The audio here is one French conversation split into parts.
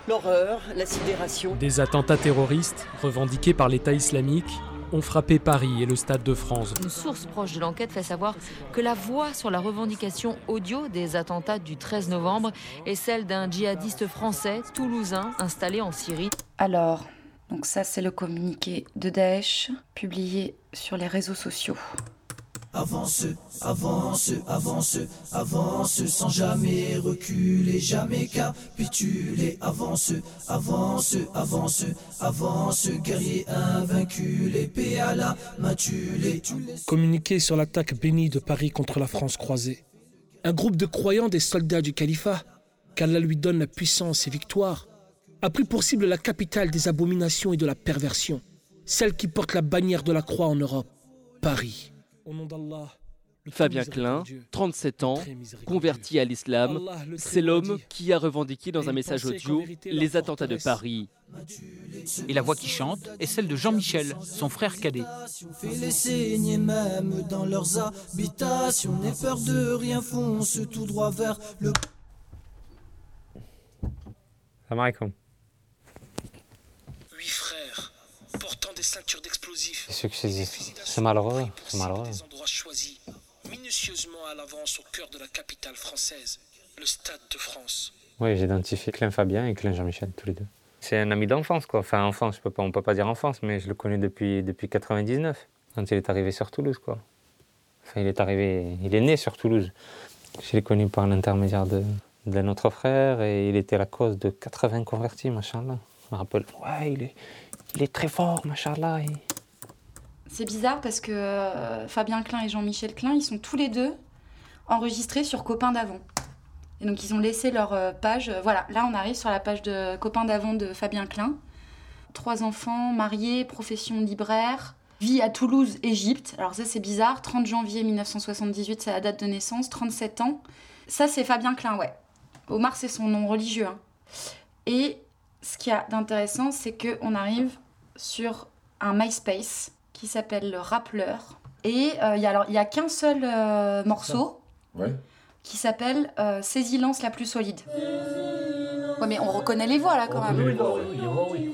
L'horreur, la sidération. Des attentats terroristes, revendiqués par l'État islamique, ont frappé Paris et le Stade de France. Une source proche de l'enquête fait savoir que la voix sur la revendication audio des attentats du 13 novembre est celle d'un djihadiste français, toulousain, installé en Syrie. Alors, donc ça c'est le communiqué de Daesh, publié sur les réseaux sociaux. Avance, avance, avance, avance, sans jamais reculer, jamais capituler. Avance, avance, avance, avance, guerrier invaincu, l'épée à la main tu les. Communiqué sur l'attaque bénie de Paris contre la France croisée. Un groupe de croyants des soldats du califat, qu'Allah lui donne la puissance et victoire, a pris pour cible la capitale des abominations et de la perversion, celle qui porte la bannière de la croix en Europe, Paris. Au nom d'Allah, Fabien Klein, 37 ans, converti à l'islam, c'est l'homme qui a revendiqué dans un message audio les attentats de Paris. Et la voix qui chante est celle de Jean-Michel, son frère cadet. Fait les saigner même dans leurs habitations, n'aie peur de rien, fonce tout droit vers le... Salam alaikum. 8 frères, portant des ceintures d'explosifs. C'est ce que c'est malheureux, c'est malheureux. Des endroits choisis, minutieusement à l'avance au cœur de la capitale française, le Stade de France. Oui, j'identifie Klein Fabien et Klein Jean-Michel, tous les deux. C'est un ami d'enfance, quoi. Enfin, enfance, on peut pas dire enfance, mais je le connais depuis 99, quand il est arrivé sur Toulouse, quoi. Enfin, il est né sur Toulouse. Je l'ai connu par l'intermédiaire de notre frère et il était la cause de 80 convertis, machallah. Je me rappelle, ouais, il est très fort, machallah. C'est bizarre parce que Fabien Klein et Jean-Michel Klein, ils sont tous les deux enregistrés sur Copains d'avant. Et donc ils ont laissé leur page. Voilà, là on arrive sur la page de Copains d'avant de Fabien Klein. 3 enfants, mariés, profession libraire, vie à Toulouse, Égypte. Alors ça c'est bizarre, 30 janvier 1978, c'est la date de naissance, 37 ans. Ça c'est Fabien Klein, ouais. Omar c'est son nom religieux. Hein. Et ce qu'il y a d'intéressant, c'est qu'on arrive sur un MySpace qui s'appelle le Rappeleur. Et il y a qu'un seul morceau qui s'appelle Saisilence la plus solide. Ouais, mais on reconnaît les voix là quand même. Oui.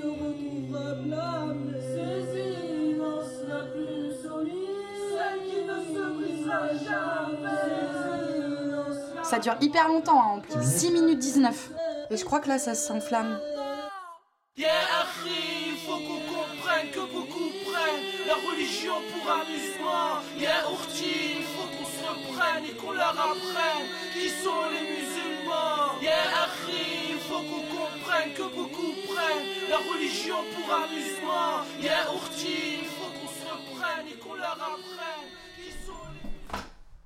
Ça dure hyper longtemps hein, en plus. 6 minutes 19. Et je crois que là ça s'enflamme. Yeah, Akhi, faut qu'on comprenne que beaucoup prennent la religion pour amusement. Yeah, Ourti, faut qu'on se reprenne et qu'on leur apprenne qui sont les musulmans. Yeah, Akhi, faut qu'on comprenne que beaucoup prennent la religion pour amusement. Yeah, Ourti, faut qu'on se reprenne et qu'on leur apprenne qui sont les...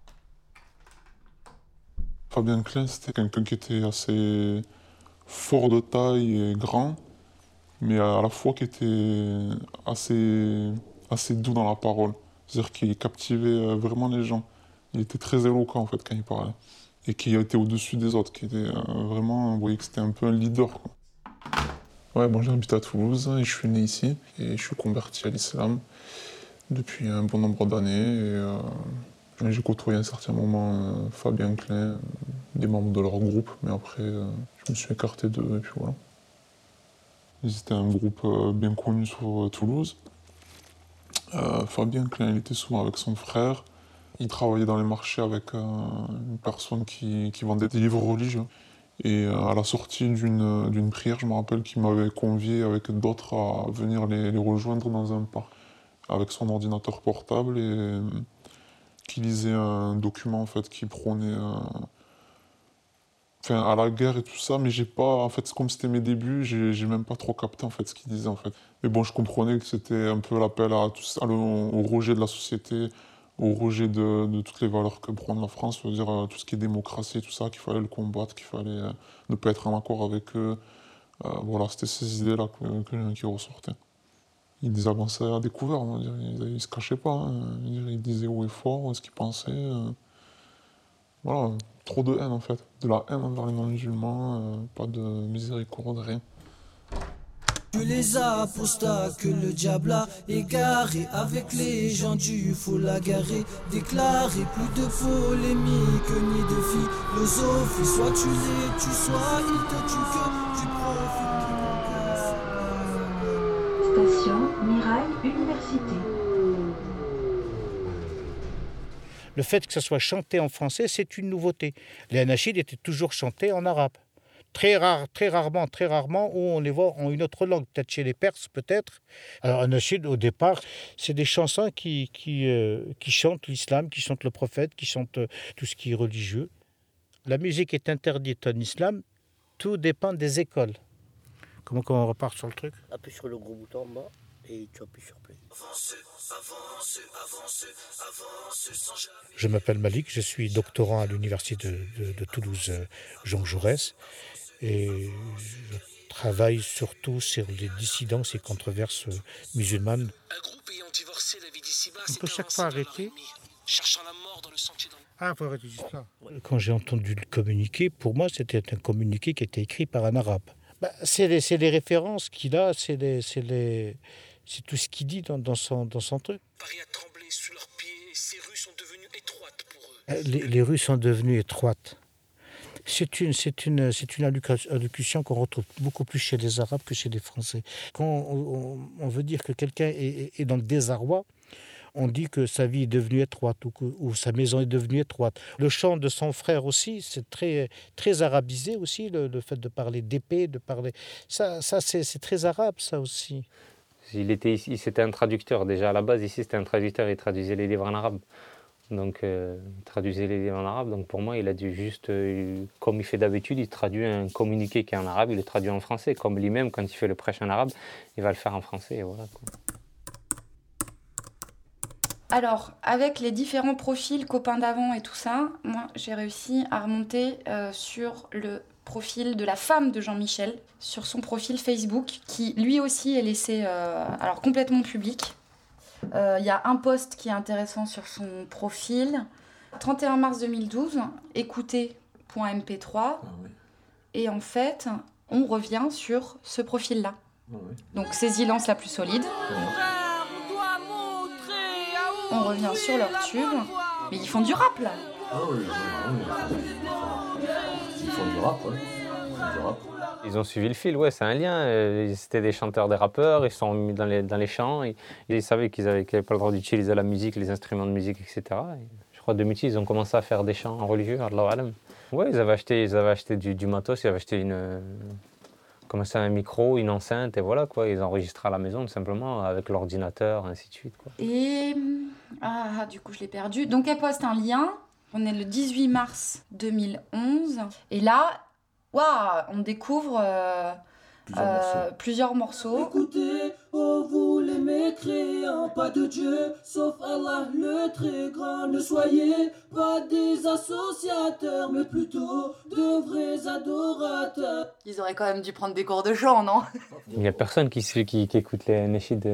Fabien Klein, c'était quelqu'un qui était assez fort de taille et grand, mais à la fois qui était assez doux dans la parole. C'est-à-dire qu'il captivait vraiment les gens. Il était très éloquent en fait quand il parlait. Et qui était au-dessus des autres, qui était vraiment, vous voyez que c'était un peu un leader, quoi. Ouais, bon, j'habite à Toulouse et je suis né ici. Et je suis converti à l'islam depuis un bon nombre d'années. Et j'ai côtoyé à un certain moment Fabien Klein, des membres de leur groupe, mais après je me suis écarté d'eux et puis voilà. Ils étaient un groupe bien connu sur Toulouse. Fabien Klein, il était souvent avec son frère. Il travaillait dans les marchés avec une personne qui vendait des livres religieux. Et à la sortie d'une prière, je me rappelle qu'il m'avait convié avec d'autres à venir les rejoindre dans un parc avec son ordinateur portable et qui lisait un document en fait qui prônait à la guerre et tout ça, mais j'ai pas, en fait, comme c'était mes débuts, j'ai même pas trop capté en fait ce qu'il disait en fait. Mais bon, je comprenais que c'était un peu l'appel à tout ça, au rejet de la société, au rejet de toutes les valeurs que prône la France, c'est-à-dire tout ce qui est démocratie et tout ça, qu'il fallait le combattre, qu'il fallait ne pas être en accord avec eux. Voilà, c'était ces idées-là qui ressortaient. Ils avançaient à découvert, on va dire. Ils se cachaient pas. Hein. Ils disaient haut et fort ce qu'ils pensaient. Voilà, trop de haine en fait. De la haine envers les non-musulmans, pas de miséricorde, rien. Que les apostats, que le diable a égaré, avec les gens du faux lagaré, déclaré plus de polémique ni de philosophie. Soit tu les tues, soit ils te tuent, que tu profites. Station Mirail Université. Le fait que ça soit chanté en français, c'est une nouveauté. Les anachids étaient toujours chantés en arabe. Très rarement, où on les voit en une autre langue, peut-être chez les Perses, peut-être. Alors, un anachid, au départ, c'est des chansons qui chantent l'islam, qui chantent le prophète, qui chantent tout ce qui est religieux. La musique est interdite en islam, tout dépend des écoles. Comment on repart sur le truc ? Appuie sur le gros bouton en bas et tu appuies sur play. Je m'appelle Malik, je suis doctorant à l'université de Toulouse, Jean Jaurès, et je travaille surtout sur les dissidences et controverses musulmanes. On peut chaque fois arrêter. Ah, faut arrêter juste là. Quand j'ai entendu le communiqué, pour moi, c'était un communiqué qui était écrit par un arabe. C'est les références qu'il a, c'est tout ce qu'il dit dans son truc. Paris a tremblé sous leurs pieds, ces rues sont devenues étroites pour eux. Les rues sont devenues étroites. C'est une allocution qu'on retrouve beaucoup plus chez les Arabes que chez les Français. Quand on veut dire que quelqu'un est dans le désarroi, on dit que sa vie est devenue étroite ou sa maison est devenue étroite. Le chant de son frère aussi, c'est très arabisé aussi, le fait de parler d'épée, de parler... Ça c'est très arabe, ça aussi. C'était un traducteur déjà à la base. Ici, c'était un traducteur. Il traduisait les livres en arabe. Donc, Donc, pour moi, il a dû juste, comme il fait d'habitude, il traduit un communiqué qui est en arabe, il le traduit en français. Comme lui-même, quand il fait le prêche en arabe, il va le faire en français. Et voilà, quoi. Alors, avec les différents profils copains d'avant et tout ça, moi, j'ai réussi à remonter sur le profil de la femme de Jean-Michel, sur son profil Facebook, qui lui aussi est laissé alors complètement public. Il y a un post qui est intéressant sur son profil. 31 mars 2012, écoutez.mp3. Ah oui. Et en fait, on revient sur ce profil-là. Ah oui. Donc, Césilence la plus solide. On revient sur leur tube. Mais ils font du rap, là. Ah oui, ils font du rap, ouais. Ils ont suivi le fil, ouais, c'est un lien. C'était des chanteurs, des rappeurs, ils sont mis dans les champs. Ils savaient qu'ils n'avaient pas le droit d'utiliser la musique, les instruments de musique, etc. Et je crois 2006, ils ont commencé à faire des chants religieux, Allahu Alam. Ouais, ils avaient acheté du matos, ils avaient acheté un micro, une enceinte, et voilà, quoi. Ils enregistraient à la maison, tout simplement, avec l'ordinateur, ainsi de suite, quoi. Et... du coup, je l'ai perdu. Donc, elle poste un lien. On est le 18 mars 2011. Et là... Waouh, on découvre plusieurs morceaux. Écoutez, oh vous les mécréants, pas de Dieu, sauf Allah le très grand. Ne soyez pas des associateurs, mais plutôt de vrais adorateurs. Ils auraient quand même dû prendre des cours de chant, non ? Il n'y a personne qui écoute les anachids,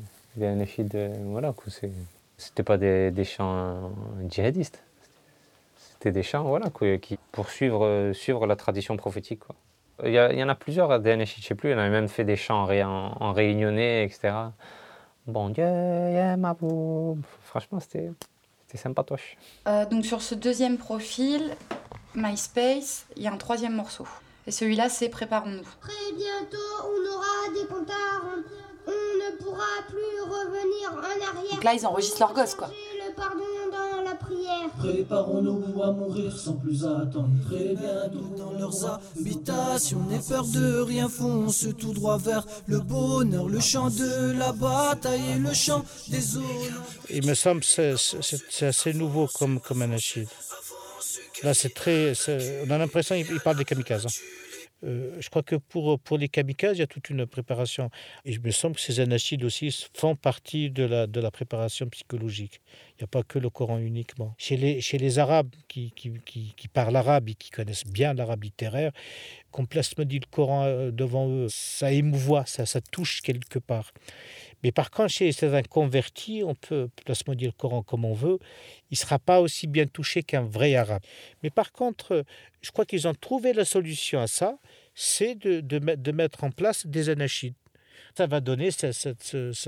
voilà, quoi. C'était pas des chants djihadistes. C'était des chants, voilà, qui suivre la tradition prophétique, quoi. Il y en a plusieurs, des anachids, je ne sais plus, on avait même fait des chants en réunionnais, etc. Bon Dieu, Yamaboub. Franchement, c'était sympatoche. Donc sur ce deuxième profil, MySpace, il y a un troisième morceau. Et celui-là, c'est Préparons-nous. Très bientôt, on aura des comptes à rendre. On ne pourra plus revenir en arrière. Donc là, ils enregistrent leur gosse, quoi. Le pardon dans la prière. Préparons-nous à mourir sans plus attendre. Très bientôt dans leurs habitations, n'aie peur de rien, fonce tout droit vers le bonheur, le chant de la bataille et le chant des eaux. Il me semble que c'est assez nouveau comme anachid. Là, on a l'impression qu'il parle des kamikazes. Je crois que pour les kamikazes, il y a toute une préparation. Et je me semble que ces anachids aussi font partie de la préparation psychologique. Il n'y a pas que le Coran uniquement. Chez les Arabes qui parlent arabe et qui connaissent bien l'arabe littéraire, qu'on place le Coran devant eux, ça émouvoit, ça touche quelque part. Mais par contre, chez certains convertis, on peut placer le Coran comme on veut, il ne sera pas aussi bien touché qu'un vrai arabe. Mais par contre, je crois qu'ils ont trouvé la solution à ça, c'est de mettre en place des anachids. Ça va donner cette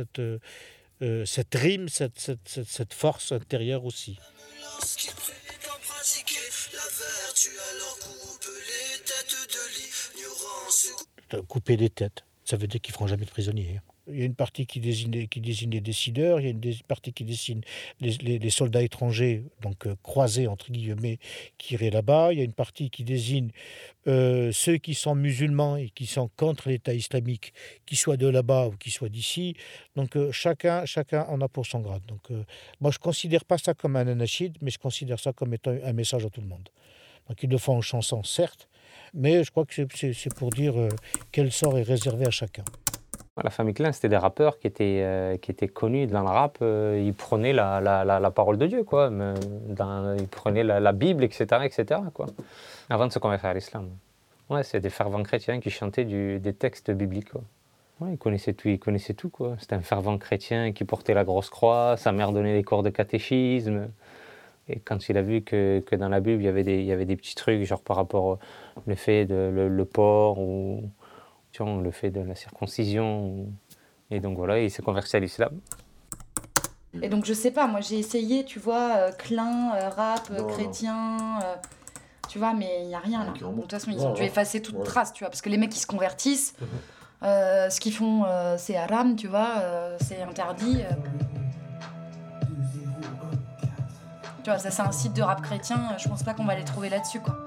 rime, cette force intérieure aussi. Couper les têtes, ça veut dire qu'ils ne feront jamais de prisonniers. Il y a une partie qui désigne les décideurs, il y a une partie qui désigne les soldats étrangers, donc croisés entre guillemets, qui iraient là-bas. Il y a une partie qui désigne ceux qui sont musulmans et qui sont contre l'État islamique, qu'ils soient de là-bas ou qu'ils soient d'ici. Donc chacun en a pour son grade. Donc moi je ne considère pas ça comme un anachid, mais je considère ça comme étant un message à tout le monde. Donc ils le font en chanson, certes, mais je crois que c'est pour dire quel sort est réservé à chacun. La famille Klein, c'était des rappeurs qui étaient connus dans le rap. Ils prenaient la parole de Dieu, quoi. Ils prenaient la Bible, etc., quoi, avant de se convertir à l'islam. Ouais, c'est des fervents chrétiens qui chantaient des textes bibliques, quoi. Ouais, ils connaissaient tout, quoi. C'était un fervent chrétien qui portait la grosse croix. Sa mère donnait des cours de catéchisme. Et quand il a vu que dans la Bible, il y avait des petits trucs, genre par rapport au fait de le porc ou le fait de la circoncision. Et donc voilà, il s'est converti à l'islam. Et donc je sais pas, moi j'ai essayé, tu vois, Klein, rap, chrétien, tu vois, mais il n'y a rien là. De toute façon, ils ont dû effacer toute trace, tu vois, parce que les mecs qui se convertissent, ce qu'ils font, c'est haram, tu vois, c'est interdit. Tu vois, ça c'est un site de rap chrétien, je pense pas qu'on va les trouver là-dessus, quoi.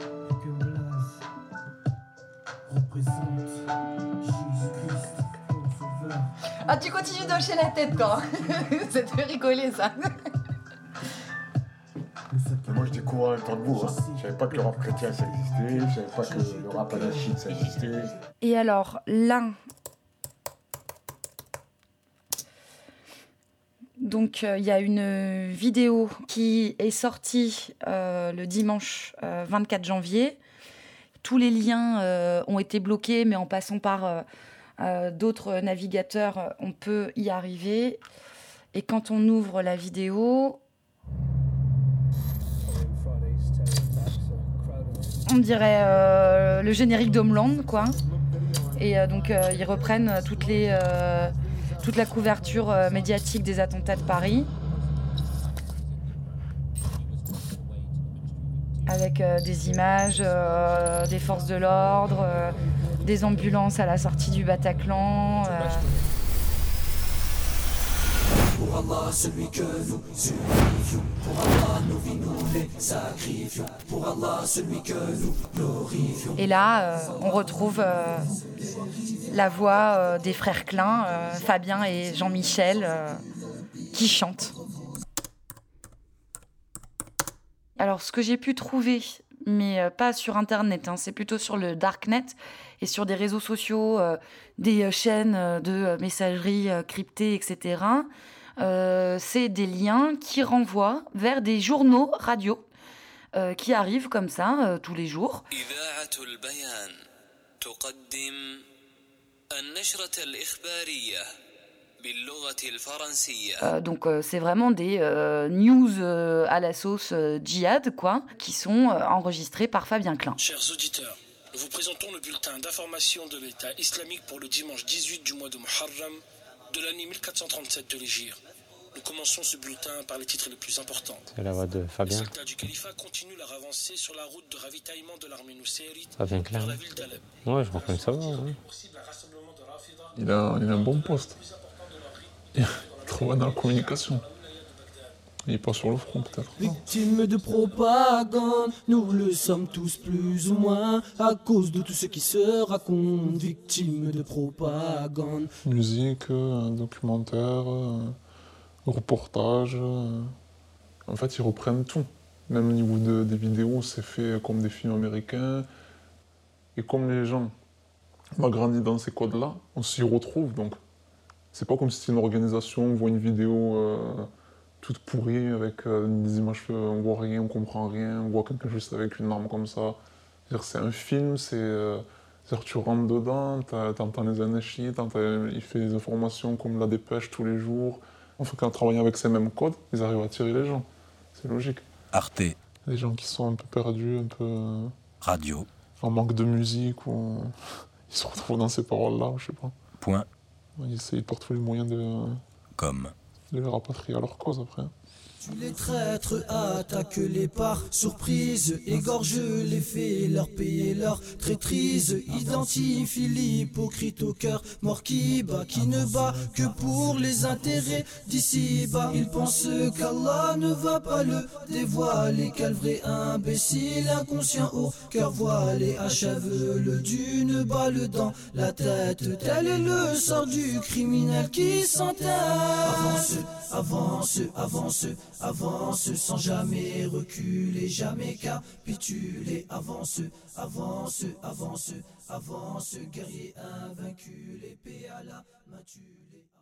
Ah, tu continues d'hocher la tête, toi. Ça te fait rigoler, ça. Moi, je découvre en même temps de vous. Je savais pas que le rap chrétien, ça existait. Je savais pas que le rap anachide, ça existait. Et alors, là... Donc, il y a une vidéo qui est sortie le dimanche 24 janvier. Tous les liens ont été bloqués, mais en passant par d'autres navigateurs, on peut y arriver. Et quand on ouvre la vidéo, on dirait le générique d'Homeland, quoi. Et donc, ils reprennent toute la couverture médiatique des attentats de Paris. Avec des images des forces de l'ordre, des ambulances à la sortie du Bataclan. Pour Allah, celui que nous suivions. Pour Allah, nos vies nous les sacrifions. Pour Allah, celui que nous glorifions. Et là, on retrouve la voix des frères Klein, Fabien et Jean-Michel, qui chantent. Alors, ce que j'ai pu trouver, mais pas sur Internet, c'est plutôt sur le Darknet et sur des réseaux sociaux, des chaînes de messagerie cryptée, etc., c'est des liens qui renvoient vers des journaux radio qui arrivent comme ça tous les jours. Donc c'est vraiment des news à la sauce djihad, quoi, qui sont enregistrés par Fabien Klein. Chers auditeurs, nous vous présentons le bulletin d'information de l'État islamique pour le dimanche 18 du mois de Muharram de l'année 1437 de l'Hégire. Nous commençons ce bulletin par les titres les plus importants. C'est la voix de Fabien. Les soldats du califat continuent leur avancée sur la route de ravitaillement de l'armée nussayrite vers la ville d'Alep. Ouais, je reconnais ça. Ouais. Il a un bon poste. Il travaille dans la communication. Il n'est pas sur le front, peut-être. Victimes de propagande, nous le sommes tous plus ou moins, à cause de tout ce qui se raconte. Victimes de propagande. Musique, documentaire, reportage. En fait, ils reprennent tout. Même au niveau des vidéos, c'est fait comme des films américains. Et comme les gens ont grandi dans ces codes-là, on s'y retrouve. Donc, c'est pas comme si c'était une organisation, on voit une vidéo toute pourrie avec des images, on voit rien, on comprend rien, on voit quelqu'un juste avec une arme comme ça. C'est un film, tu rentres dedans, t'entends les anarchistes, il fait des informations comme la dépêche tous les jours. En fait, en travaillant avec ces mêmes codes, ils arrivent à attirer les gens. C'est logique. Arte. Les gens qui sont un peu perdus, un peu... Radio. En manque de musique, ou ils se retrouvent dans ces paroles-là, je sais pas. Ils essayent par tous les moyens de les rapatrier à leur cause après. Les traîtres attaquent les parts, surprise, égorgent les faits, leur payer leur traîtrise, identifie l'hypocrite au cœur, mort qui bat, qui ne bat que pour les intérêts d'ici-bas. Il pense qu'Allah ne va pas le dévoiler, quel vrai imbécile, inconscient au cœur voilé, achève-le d'une balle dans la tête, tel est le sort du criminel qui s'enterre. Avance, avance, avance, avance sans jamais reculer, jamais capituler. Avance, avance, avance, avance, guerrier invaincu, l'épée à la main, tu les